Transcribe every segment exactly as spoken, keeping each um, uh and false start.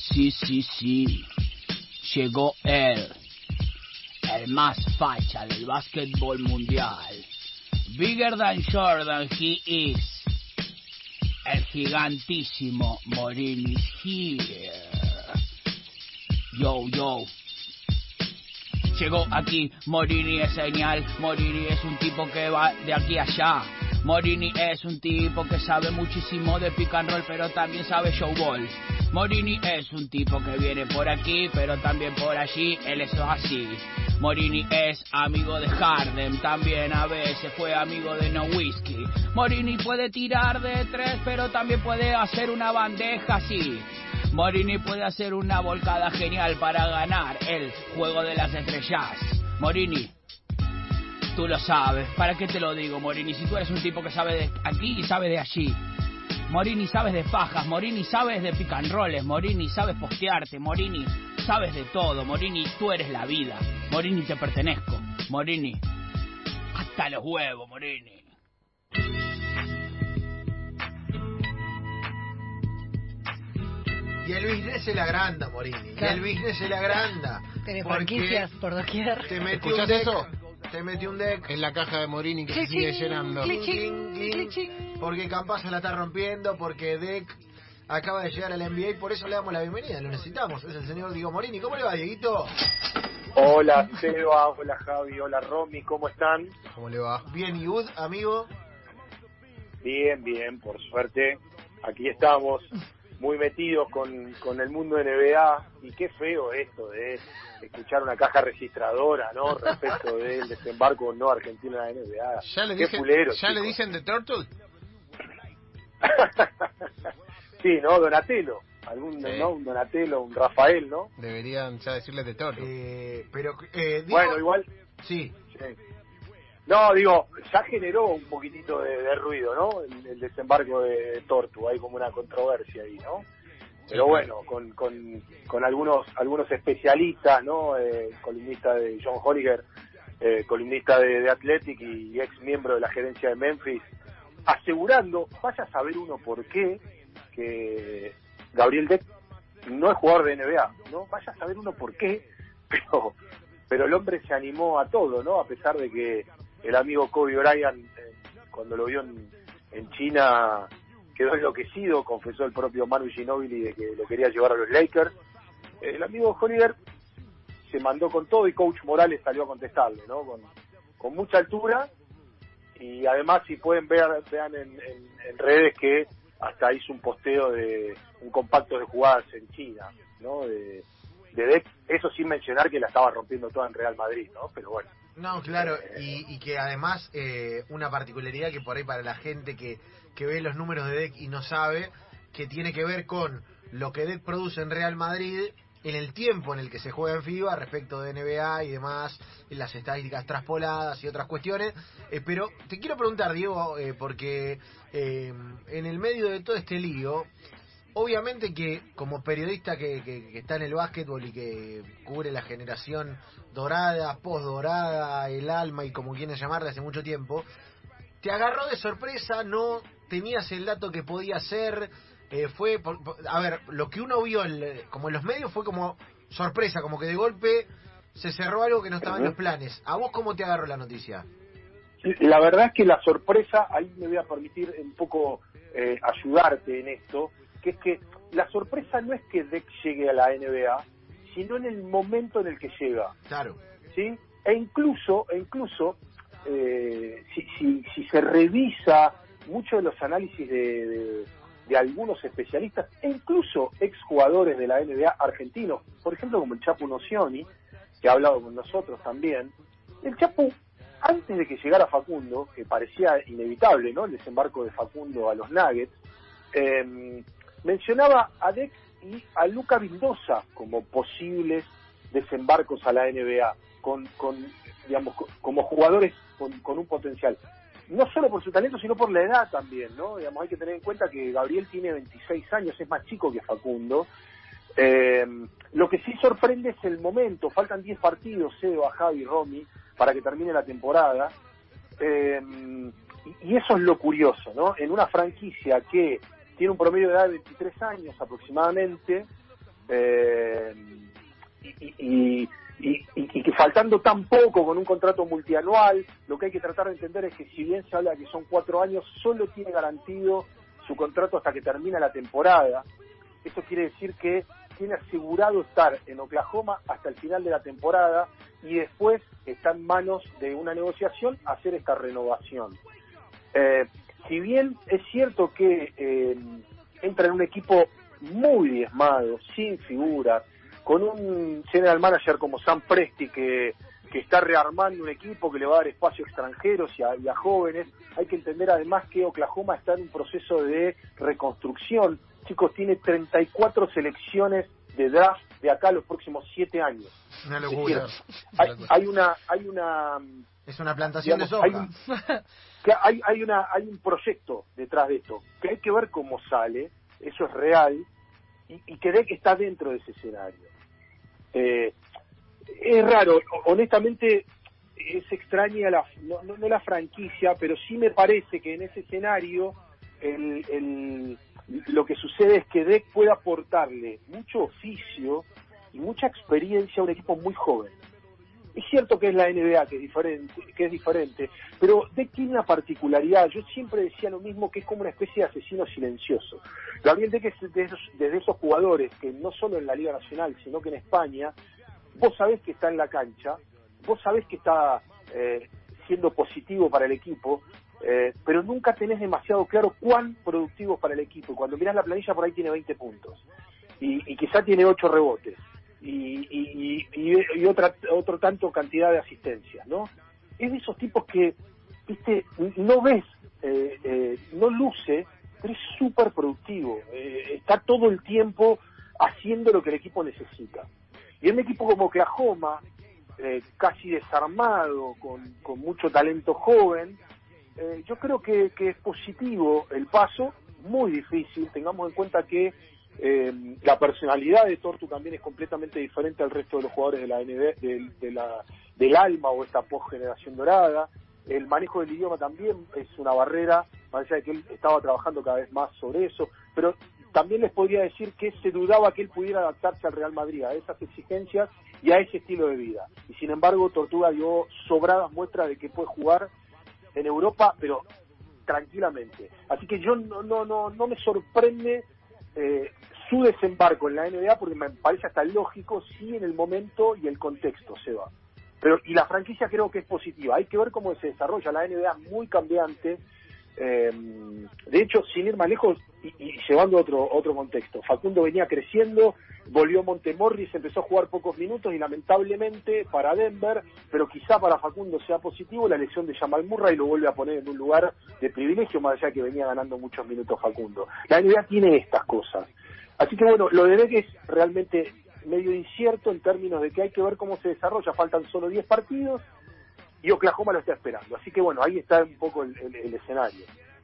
Sí, sí, sí. Llegó él, el más facha del básquetbol mundial. Bigger than Jordan he is. El gigantísimo Morini is here. Yo, yo. Llegó aquí, Morini es señal. Morini es un tipo que va de aquí a allá. Morini es un tipo que sabe muchísimo de pick and roll, pero también sabe showball. Morini es un tipo que viene por aquí, pero también por allí, él es así. Morini es amigo de Harden, también a veces fue amigo de No Whiskey. Morini puede tirar de tres, pero también puede hacer una bandeja así. Morini puede hacer una volcada genial para ganar el juego de las estrellas. Morini, tú lo sabes, ¿para qué te lo digo, Morini? Si tú eres un tipo que sabe de aquí y sabe de allí. Morini, sabes de fajas, Morini, sabes de pick and rolls, Morini, sabes postearte, Morini, sabes de todo, Morini, tú eres la vida, Morini, te pertenezco, Morini, hasta los huevos, Morini. Y el business se le agranda, Morini, Claro. y el business se le agranda. Tiene porque franquicias por doquier. Te metió un ¿Escuchás deck, eso? Te metió un deck. En la caja de Morini que se Clichín, sigue llenando. clichín, Cling, cling, clichín. Porque Campazzo la está rompiendo, porque Deck acaba de llegar al N B A y por eso le damos la bienvenida, lo necesitamos. Es el señor Diego Morini. ¿Cómo le va, Dieguito? Hola Seba, hola Javi, hola Romy, ¿cómo están? ¿Cómo le va? Bien, y Ud, amigo. Bien, bien, por suerte. Aquí estamos, muy metidos con, con el mundo de N B A. Y qué feo esto de escuchar una caja registradora, ¿no? Respecto del desembarco no argentino en la N B A. ¿Ya le qué dicen, fulero, ¿ya le chicos. dicen The Turtle? Sí, ¿no? Donatello. Algún, Sí. ¿no? Un Donatello, un Rafael, ¿no? Deberían ya decirle The Turtle. Eh, pero, eh, Diego... Bueno, igual... Sí. Sí. No, digo, ya generó un poquitito de, de ruido, ¿no? El, el desembarco de Tortu, hay como una controversia ahí, ¿no? Pero bueno, con, con, con algunos algunos especialistas, ¿no? Eh, columnista de John Holliger, eh, columnista de, de Athletic y ex miembro de la gerencia de Memphis, asegurando, vaya a saber uno por qué, que Gabriel Deck no es jugador de N B A, ¿no? Vaya a saber uno por qué, pero pero el hombre se animó a todo, ¿no? A pesar de que el amigo Kobe Bryant, eh, cuando lo vio en, en China, quedó enloquecido, confesó el propio Manu Ginóbili de que lo quería llevar a los Lakers. El amigo Holliger se mandó con todo y Coach Morales salió a contestarle, ¿no? Con, con mucha altura, y además, si pueden ver, vean en, en, en redes que hasta hizo un posteo de un compacto de jugadas en China, ¿no? De, de Deck, eso sin mencionar que la estaba rompiendo toda en Real Madrid, ¿no? Pero bueno. No, claro, y, y que además eh, una particularidad que por ahí para la gente que, que ve los números de Deck y no sabe, que tiene que ver con lo que Deck produce en Real Madrid en el tiempo en el que se juega en FIBA respecto de N B A y demás, en las estadísticas traspoladas y otras cuestiones. Eh, pero te quiero preguntar, Diego, eh, porque eh, en el medio de todo este lío, obviamente que como periodista que, que, que está en el básquetbol y que cubre la generación dorada, post-dorada, el alma y como quieras llamarla hace mucho tiempo, te agarró de sorpresa, no tenías el dato que podía ser, eh, fue, por, por, a ver, lo que uno vio el, como en los medios fue como sorpresa, como que de golpe se cerró algo que no estaba en los planes. ¿A vos cómo te agarró la noticia? La verdad es que la sorpresa, ahí me voy a permitir un poco eh, ayudarte en esto, que es que la sorpresa no es que Deck llegue a la N B A, sino en el momento en el que llega. Claro. ¿Sí? E incluso, e incluso eh, si, si, si se revisa mucho de los análisis de, de, de algunos especialistas, e incluso exjugadores de la N B A argentinos, por ejemplo como el Chapu Nocioni, que ha hablado con nosotros también, el Chapu, antes de que llegara Facundo, que parecía inevitable, ¿no?, el desembarco de Facundo a los Nuggets, eh, mencionaba a Deck y a Luca Vildosa como posibles desembarcos a la N B A, con, con digamos, como jugadores con, con un potencial. No solo por su talento, sino por la edad también, ¿no? Digamos, hay que tener en cuenta que Gabriel tiene veintiséis años, es más chico que Facundo. Eh, lo que sí sorprende es el momento. Faltan diez partidos, Seba, Javi, Romy, para que termine la temporada. Eh, y, y eso es lo curioso, ¿no? En una franquicia que tiene un promedio de edad de veintitrés años aproximadamente, eh, y, y, y, y, y que faltando tan poco con un contrato multianual, lo que hay que tratar de entender es que si bien se habla que son cuatro años, solo tiene garantido su contrato hasta que termina la temporada. Eso quiere decir que tiene asegurado estar en Oklahoma hasta el final de la temporada y después está en manos de una negociación hacer esta renovación. Eh, si bien es cierto que eh, entra en un equipo muy diezmado, sin figuras, con un general manager como Sam Presti que, que está rearmando un equipo que le va a dar espacio a extranjeros y a, y a jóvenes, hay que entender además que Oklahoma está en un proceso de reconstrucción. Chicos, tiene treinta y cuatro selecciones de draft de acá a los próximos siete años. Una locura. Es decir, hay, hay una, hay una, es una plantación digamos, de soja. Hay, un, que hay, hay una, hay un proyecto detrás de esto que hay que ver cómo sale. Eso es real y, y que que está dentro de ese escenario. Eh, es raro, honestamente es extraña la, no, no, no la franquicia, pero sí me parece que en ese escenario el, el lo que sucede es que D E C puede aportarle mucho oficio y mucha experiencia a un equipo muy joven. Es cierto que es la N B A, que es diferente, que es diferente, pero D E C tiene una particularidad. Yo siempre decía lo mismo, que es como una especie de asesino silencioso. Gabriel D E C es de esos, de esos jugadores que no solo en la Liga Nacional, sino que en España, vos sabés que está en la cancha, vos sabés que está eh, siendo positivo para el equipo, Eh, pero nunca tenés demasiado claro cuán productivo para el equipo. Y cuando mirás la planilla, por ahí tiene veinte puntos y, y quizá tiene ocho rebotes y, y, y, y otra otro tanto cantidad de asistencias, ¿no? Es de esos tipos que, viste, no ves, eh, eh, no luce, pero es súper productivo, eh, está todo el tiempo haciendo lo que el equipo necesita. Y en un equipo como Oklahoma, eh, casi desarmado, con, con mucho talento joven, Eh, yo creo que, que es positivo el paso, muy difícil. Tengamos en cuenta que eh, la personalidad de Tortu también es completamente diferente al resto de los jugadores de la N B A, de, de la, del Alma o esta post-generación dorada. El manejo del idioma también es una barrera, más allá de que él estaba trabajando cada vez más sobre eso, pero también les podría decir que se dudaba que él pudiera adaptarse al Real Madrid, a esas exigencias y a ese estilo de vida. Y sin embargo, Tortuga dio sobradas muestras de que puede jugar en Europa, pero tranquilamente. Así que yo no no no no me sorprende eh, su desembarco en la N B A, porque me parece hasta lógico, sí, en el momento y el contexto se va. Pero y la franquicia creo que es positiva. Hay que ver cómo se desarrolla. La N B A es muy cambiante. Eh, de hecho, sin ir más lejos y, y llevando otro otro contexto, Facundo venía creciendo, volvió Montemorris, empezó a jugar pocos minutos y lamentablemente para Denver, pero quizá para Facundo sea positivo, la lesión de Jamal Murray lo vuelve a poner en un lugar de privilegio, más allá de que venía ganando muchos minutos Facundo. La N B A tiene estas cosas. Así que bueno, lo de D E C es realmente medio incierto en términos de que hay que ver cómo se desarrolla. Faltan solo diez partidos y Oklahoma lo está esperando. Así que bueno, ahí está un poco el, el, el escenario.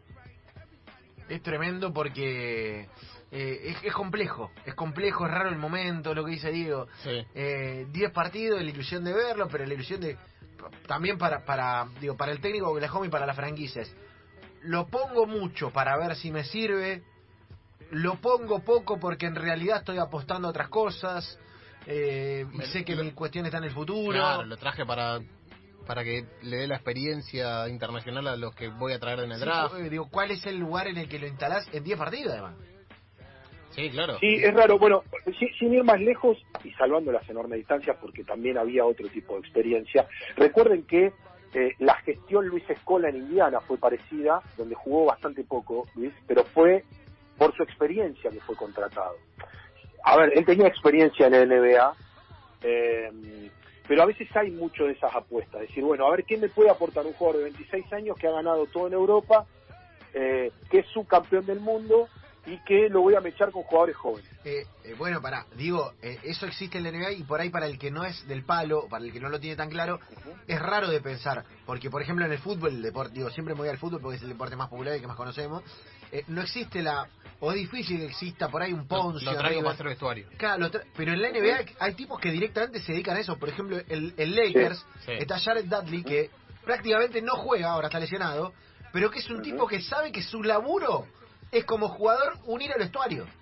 Es tremendo porque eh, es, es complejo, es complejo, es raro el momento, lo que dice Diego. Sí. Eh, diez partidos, la ilusión de verlo, pero la ilusión de también para para digo para el técnico de Oklahoma y para las franquicias. Lo pongo mucho para ver si me sirve, lo pongo poco porque en realidad estoy apostando a otras cosas, eh, y sé que mi cuestión está en el futuro. Claro, lo traje para para que le dé la experiencia internacional a los que voy a traer en el Sí, draft. digo, ¿cuál es el lugar en el que lo instalás en diez partidos además? Sí, claro. Sí, es raro. Bueno, sin, sin ir más lejos y salvando las enormes distancias, porque también había otro tipo de experiencia. Recuerden que eh, la gestión Luis Escola en Indiana fue parecida, donde jugó bastante poco Luis, pero fue por su experiencia que fue contratado. A ver, él tenía experiencia en la N B A, eh, pero a veces hay mucho de esas apuestas. Decir, bueno, a ver, ¿qué me puede aportar un jugador de veintiséis años que ha ganado todo en Europa, eh, que es subcampeón del mundo y que lo voy a mechar con jugadores jóvenes? Eh, eh, bueno, pará, digo, eh, eso existe en la N B A y por ahí para el que no es del palo, para el que no lo tiene tan claro, uh-huh. es raro de pensar. Porque, por ejemplo, en el fútbol, el deporte, digo, siempre me voy al fútbol porque es el deporte más popular y que más conocemos, eh, no existe la... O es difícil que exista por ahí un Ponce. Lo, lo traigo más al vestuario. Claro, lo tra- pero en la N B A hay tipos que directamente se dedican a eso. Por ejemplo, el, el Lakers, sí, sí. está Jared Dudley, que prácticamente no juega, ahora está lesionado, pero que es un uh-huh. tipo que sabe que su laburo es como jugador unir al vestuario.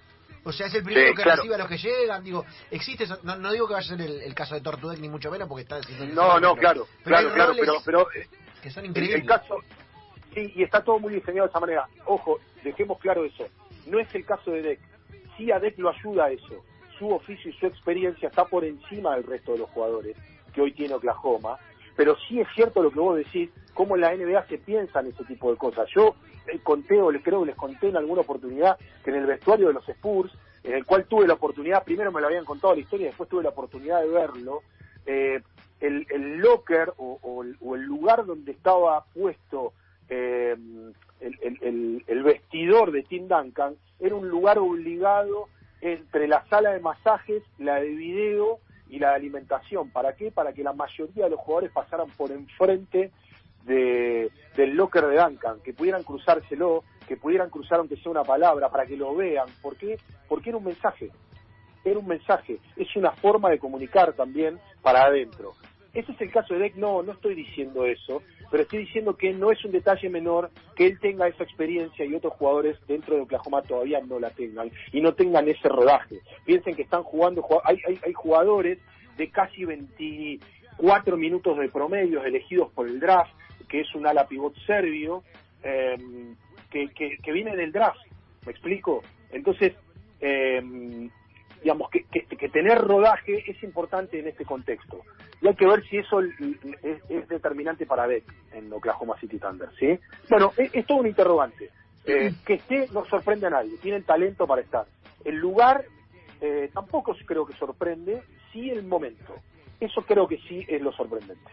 O sea, es el primero Sí, que claro. recibe a los que llegan. Digo, existe eso. No, no digo que vaya a ser el, el caso de Tortudec ni mucho menos porque está diciendo que No, se no, pero- claro, pero hay claro, claro, roles pero, pero eh, que son el, increíbles. el caso, sí, y está todo muy diseñado de esa manera. Ojo, dejemos claro eso. No es el caso de Dec. Sí, a Dec lo ayuda a eso. Su oficio y su experiencia está por encima del resto de los jugadores que hoy tiene Oklahoma. Pero sí es cierto lo que vos decís, cómo en la N B A se piensan ese tipo de cosas. Yo eh, conté, o les creo que les conté en alguna oportunidad, que en el vestuario de los Spurs, en el cual tuve la oportunidad, primero me lo habían contado la historia, y después tuve la oportunidad de verlo, eh, el, el locker o, o, el, o el lugar donde estaba puesto eh, el, el, el, el vestidor de Tim Duncan, era un lugar obligado entre la sala de masajes, la de video y la de alimentación. ¿Para qué? Para que la mayoría de los jugadores pasaran por enfrente de, del locker de Duncan, que pudieran cruzárselo, que pudieran cruzar aunque sea una palabra, para que lo vean. ¿Por qué? Porque era un mensaje, era un mensaje, es una forma de comunicar también para adentro. Ese es el caso de Dec. No, no estoy diciendo eso, pero estoy diciendo que no es un detalle menor que él tenga esa experiencia y otros jugadores dentro de Oklahoma todavía no la tengan y no tengan ese rodaje. Piensen que están jugando, hay, hay, hay jugadores de casi veinticuatro minutos de promedio elegidos por el draft, que es un ala pivot serbio, eh, que, que, que viene del draft, ¿me explico? Entonces, eh, digamos que, que, que tener rodaje es importante en este contexto. Y hay que ver si eso es, es determinante para Dec en Oklahoma City Thunder, ¿sí? Bueno, es, es todo un interrogante. Eh, que esté no sorprende a nadie, tienen talento para estar. El lugar eh, tampoco creo que sorprende, sí el momento. Eso creo que sí es lo sorprendente.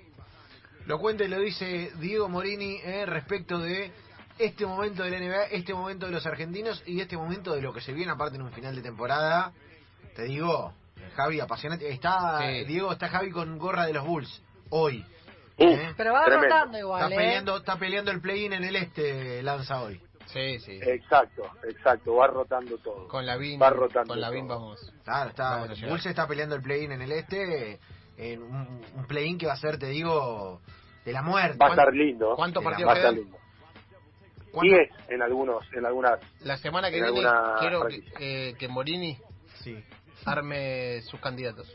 Lo cuenta y lo dice Diego Morini eh, respecto de este momento de la N B A, este momento de los argentinos y este momento de lo que se viene aparte en un final de temporada. Te digo, Javi, apasionante. Está Sí. Diego, está Javi con gorra de los Bulls hoy. Uh, ¿eh? Pero va Tremendo. rotando igual, Está ¿eh? peleando, está peleando el play-in en el este, Lanza hoy. Sí, sí. Exacto, exacto, va rotando todo. Con la Vin, Va rotando con la Vin todo. vamos. Claro, está, Vamos a llegar. Bulls está peleando el play-in en el este, en un, un play-in que va a ser, te digo, de la muerte. Va a estar lindo. ¿Cuántos Mira, partidos Va a estar quedan? lindo. ¿Cuándo? diez en algunos, en algunas. La semana que En viene alguna quiero que, franquicia. eh, que Morini Sí. arme sus candidatos.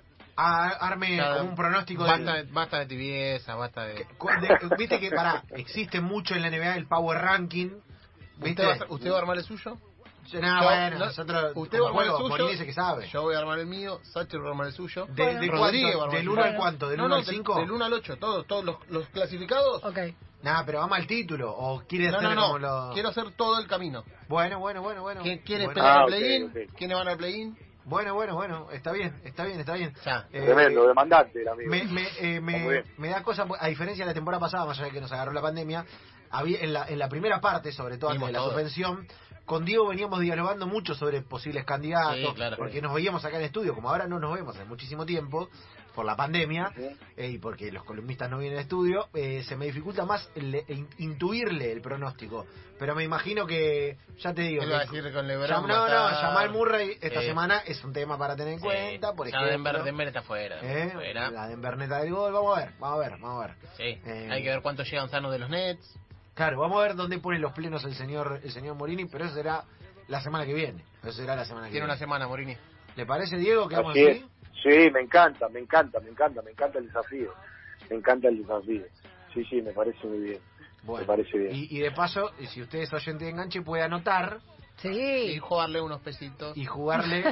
Ah, arme Cada- como un pronóstico basta, del- de, basta de tibieza, basta de... Cu- de- Viste que, pará, existe mucho en la N B A el Power Ranking. ¿Viste? ¿Usted va, a, hacer- ¿Usted va a armar el suyo? Yo- no, Yo- bueno, no, nosotros, usted como va a armar el juego, suyo, Morini dice que sabe. Yo voy a armar el mío, Sacher va a armar el suyo. ¿De, de Rodríguez va a cuánto? armar ¿Del el uno suyo. al cuánto? ¿Del No, uno no, al cinco? Del uno al ocho, todos, todos los, los clasificados. Ok. Nah, pero vamos al título. ¿O quiere No, hacer no, no, como lo...? quiero hacer todo el camino. Bueno, bueno, bueno, bueno. ¿Quién- ¿Quiénes bueno, pelean Ah, al ok, play-in? ok. ¿Quiénes van al play-in? bueno, bueno, bueno. Está bien, está bien, está bien. Ya. Eh, Tremendo, demandante el amigo. Me, me, eh, Está muy me, bien. me da cosa, a diferencia de la temporada pasada, más allá de que nos agarró la pandemia, había en la, en la primera parte, sobre todo antes Vimos de la todo. suspensión, con Diego veníamos dialogando mucho sobre posibles candidatos, Sí, claro. porque nos veíamos acá en estudio, como ahora no nos vemos hace muchísimo tiempo, por la pandemia, Ujú. eh, y porque los columnistas no vienen al estudio, eh, se me dificulta más el- el intuirle el pronóstico. Pero me imagino que, ya te digo, Él va a que- decir con LeBron. Llam- no, no, matar. Jamal Murray esta Sí. semana es un tema para tener en Sí. cuenta, por Ya ejemplo. Denver, Denver está fuera. ¿Eh? fuera. La de Berneta del gol, vamos a ver, vamos a ver, vamos a ver. Sí. Eh, Hay que ver cuánto llegan sanos de los Nets. Claro, vamos a ver dónde pone los plenos el señor el señor Morini, pero eso será la semana que viene. Eso será la semana que Tiene una viene. semana, Morini. ¿Le parece, Diego, que vamos Así es. así? Sí, me encanta, me encanta, me encanta, me encanta el desafío. Me encanta el desafío. Sí, sí, me parece muy bien. Bueno, me parece bien. y, y de paso, y si usted es oyente de enganche, puede anotar Y Sí. jugarle unos pesitos. y jugarle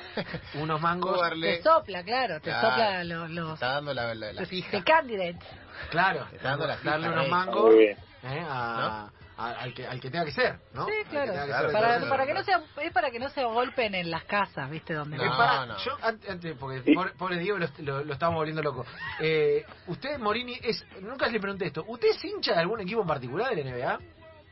unos mangos. Jugarle. Te sopla, claro. Te Claro. sopla los... los Está dando la, la, la los- fija. The candidates. Claro, Está dando la darle fija, unos eh. mangos Muy bien. eh, a, a- al, que, al que tenga que ser, ¿no? Sí, Al que claro. tenga que Claro, ser. Para, Entonces, para que no sea, es para que no se golpen en las casas, ¿viste? Donde Eh, No, para- no. Yo, an- antes, porque Sí. pobre, pobre Diego lo, lo, lo estábamos volviendo loco. Eh, usted, Morini, es nunca le pregunté esto. ¿Usted es hincha de algún equipo en particular de la N B A?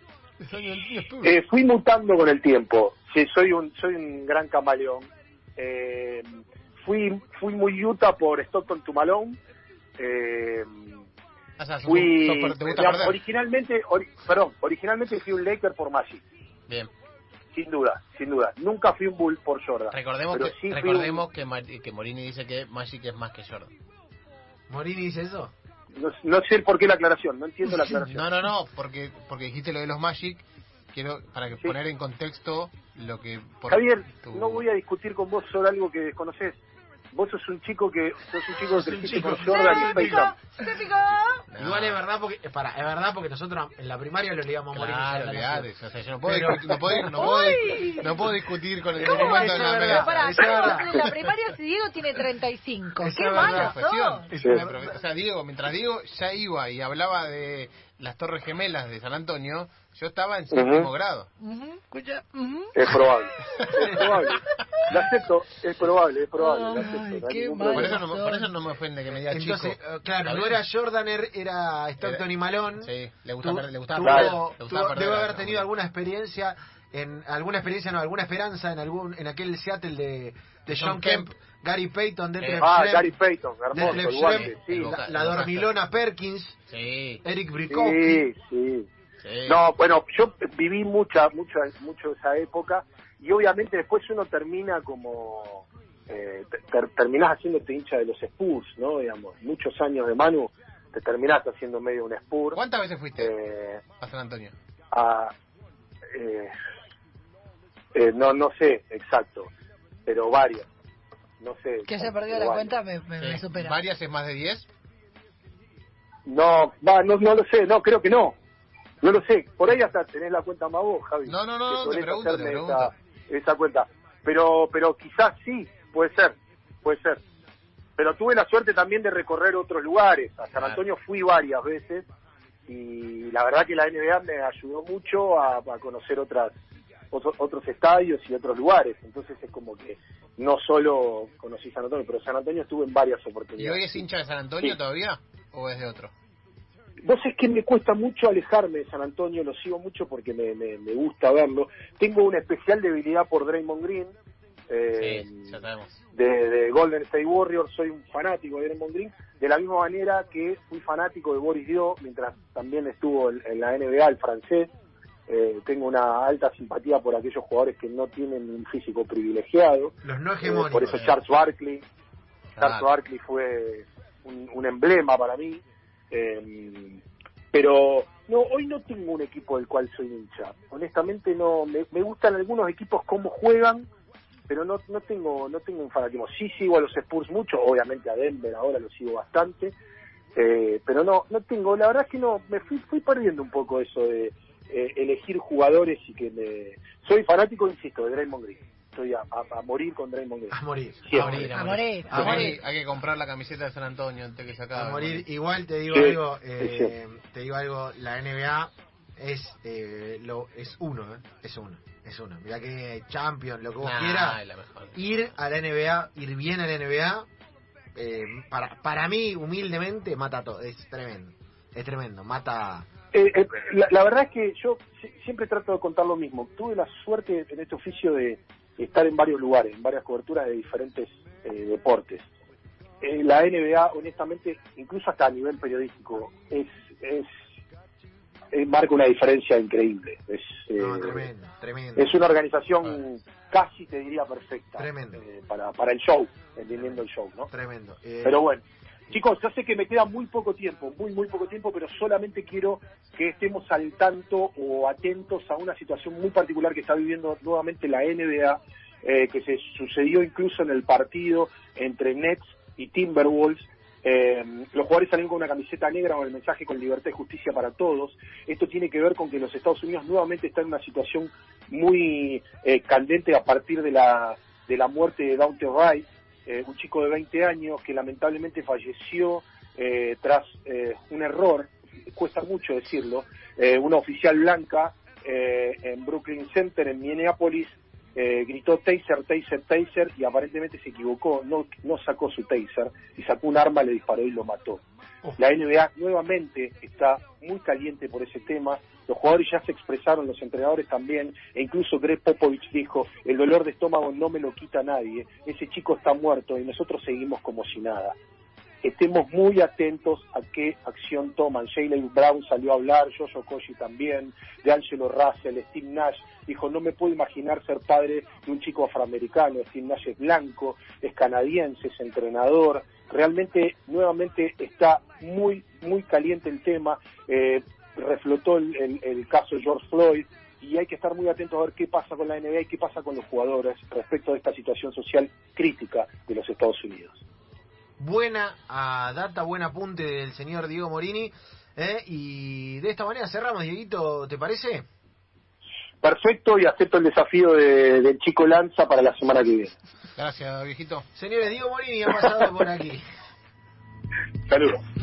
Eh, fui mutando con el tiempo. Sí, soy un soy un gran camaleón. Eh, fui fui muy Utah por Stockton to Malone. Eh, O sea, sos- fui sos per- te gusta digamos, perder. originalmente ori- perdón, originalmente fui un Laker por Magic, Bien. sin duda, sin duda. Nunca fui un Bull por Jordan. Recordemos, pero que, sí fui recordemos que, Mar- que Morini dice que Magic es más que Jordan. ¿Morini dice eso? un- no, no sé por qué la aclaración, no entiendo la aclaración. No, no, no, porque porque dijiste lo de los Magic. Quiero, para que Sí. poner en contexto lo que... Por Javier, tu... no voy a discutir con vos sobre algo que desconoces. Vos sos un chico que sos un chico que creciste con Jordan y Space Jam. ¡Se picó! No. Igual es verdad porque es para, es verdad porque nosotros en la primaria lo leíamos a morir. Claro, en olvidate, o sea, yo no puedo, Pero- discutir, no puedo, no puedo, Uy. no puedo discutir con el ¿Cómo va a elemento ser? de la Eso es Pero verdad. pará, Eso es ¿cómo verdad. en la primaria si Diego tiene treinta y cinco? Eso ¡Qué es verdad. malo profesión. sos! Sí. Pero, o sea, Diego, mientras Diego ya iba y hablaba de las Torres Gemelas de San Antonio, yo estaba en séptimo Ujú. grado. Ujú, escucha, ujú. Es probable. Es probable. Lo acepto, es probable, es probable. Lo acepto, Ay, no hay qué ningún malo. Por problema. eso, no, me- por eso no me ofende que me diga Entonces, chico. eh, claro, ¿Está no bien? era Jordan, er- era Stockton Era- y Malone. Sí, le gustaba, Tu- per- le gustaba tuvo- perder. Claro. Le gustaba tuvo- perder debe a- haber tenido alguna experiencia en alguna experiencia no alguna esperanza en algún en aquel Seattle de, de John John Kemp, Kemp. Gary Payton, Eh, Detlef Ah, Schrempf, Gary Payton, hermoso, Detlef el guante, Schrempf, sí. el la, Boca- la el Boca- dormilona Perkins, Sí, Eric Brikowski. Sí, sí. sí. No, bueno, yo viví mucha, mucha, mucho esa época y obviamente después uno termina como, eh, ter- terminás haciéndote hincha de los Spurs, ¿no? Digamos, muchos años de Manu, te terminás haciendo medio un Spurs. ¿Cuántas veces fuiste Eh, a San Antonio? a, eh, eh, no, no sé exacto, pero varias. No sé. Que haya exacto, perdido pero la varias. cuenta me, me, me Sí. supera. ¿Varias es más de diez? No, va, no, no lo sé, no, creo que no. No lo sé, por ahí hasta tenés la cuenta más vos, Javi. No, no, no, que no, te solés pregunto, te hacerme pregunto. Esa, esa cuenta. Pero, pero quizás sí, puede ser, puede ser. Pero tuve la suerte también de recorrer otros lugares. A San Claro. Antonio fui varias veces y la verdad que la N B A me ayudó mucho a, a conocer otras otros, otros estadios y otros lugares. Entonces es como que no solo conocí San Antonio, pero San Antonio estuve en varias ¿Y oportunidades. hoy es hincha de San Antonio Sí. todavía? ¿O es de otro? Vos es que me cuesta mucho alejarme de San Antonio, lo sigo mucho porque me, me, me gusta verlo. Tengo una especial debilidad por Draymond Green, eh, Sí, ya sabemos. de, de Golden State Warriors, soy un fanático de Draymond Green, de la misma manera que fui fanático de Boris Dio, mientras también estuvo en, en la N B A, el francés. Eh, tengo una alta simpatía por aquellos jugadores que no tienen un físico privilegiado. Los no Eh, hegemónicos. por eso Charles Barkley, Charles Claro. Barkley fue un, un emblema para mí. Eh, pero no, hoy no tengo un equipo del cual soy hincha. Honestamente no, me, me gustan algunos equipos cómo juegan, pero no no tengo no tengo un fanatismo. Sí sigo a los Spurs mucho, obviamente a Denver ahora lo sigo bastante, eh, pero no no tengo. La verdad es que no, me fui fui perdiendo un poco eso de eh, elegir jugadores y que me soy fanático, insisto, de Draymond Green. Estoy a, a, a morir con Draymond Green. A morir. Sí, a a morir. A morir, A a Hay morir. que- Hay que comprar la camiseta de San Antonio antes que se acabe. A morir. Igual te digo Sí, algo, sí, eh, te digo algo, la N B A es eh, lo es uno, ¿eh? es uno, es uno. Mirá que Champions, lo que vos Nah, quieras, es la mejor. ir a la N B A, ir bien a la N B A, eh, para para mí humildemente mata todo, es tremendo, es tremendo, mata. Eh, eh, la, la verdad es que yo si- siempre trato de contar lo mismo. Tuve la suerte en este oficio de estar en varios lugares, en varias coberturas de diferentes eh, deportes. Eh, la N B A, honestamente, incluso hasta a nivel periodístico, es, es, eh, marca una diferencia increíble. Es, eh, No, tremendo, tremendo. es una organización casi, te diría, perfecta. Tremendo. eh, para, para el show, entendiendo el show, ¿no? Tremendo. Eh, Pero bueno, chicos, ya sé que me queda muy poco tiempo, muy, muy poco tiempo, pero solamente quiero que estemos al tanto o atentos a una situación muy particular que está viviendo nuevamente la N B A, eh, que se sucedió incluso en el partido entre Nets y Timberwolves. Eh, los jugadores salieron con una camiseta negra con el mensaje con libertad y justicia para todos. Esto tiene que ver con que los Estados Unidos nuevamente están en una situación muy eh, candente a partir de la, de la muerte de Daunte Wright, eh, un chico de veinte años que lamentablemente falleció eh, tras eh, un error, cuesta mucho decirlo, eh, una oficial blanca eh, en Brooklyn Center, en Minneapolis, eh, gritó taser, taser, taser y aparentemente se equivocó, no, no sacó su taser y sacó un arma, le disparó y lo mató. La N B A nuevamente está muy caliente por ese tema, los jugadores ya se expresaron, los entrenadores también, e incluso Greg Popovich dijo, el dolor de estómago no me lo quita nadie, ese chico está muerto y nosotros seguimos como si nada. Estemos muy atentos a qué acción toman. Jaylen Brown salió a hablar, Josh Okogie también, DeAngelo Russell, Steve Nash dijo, no me puedo imaginar ser padre de un chico afroamericano. Steve Nash es blanco, es canadiense, es entrenador. Realmente, nuevamente, está muy, muy caliente el tema. Eh, reflotó el, el, el caso George Floyd, y hay que estar muy atentos a ver qué pasa con la N B A y qué pasa con los jugadores respecto de esta situación social crítica de los Estados Unidos. Buena a data, buen apunte del señor Diego Morini, ¿eh? Y de esta manera cerramos, Dieguito, ¿te parece? Perfecto, y acepto el desafío de, del Chico Lanza para la semana que viene. Gracias, viejito. Señores, Diego Morini ha pasado por aquí. Saludos.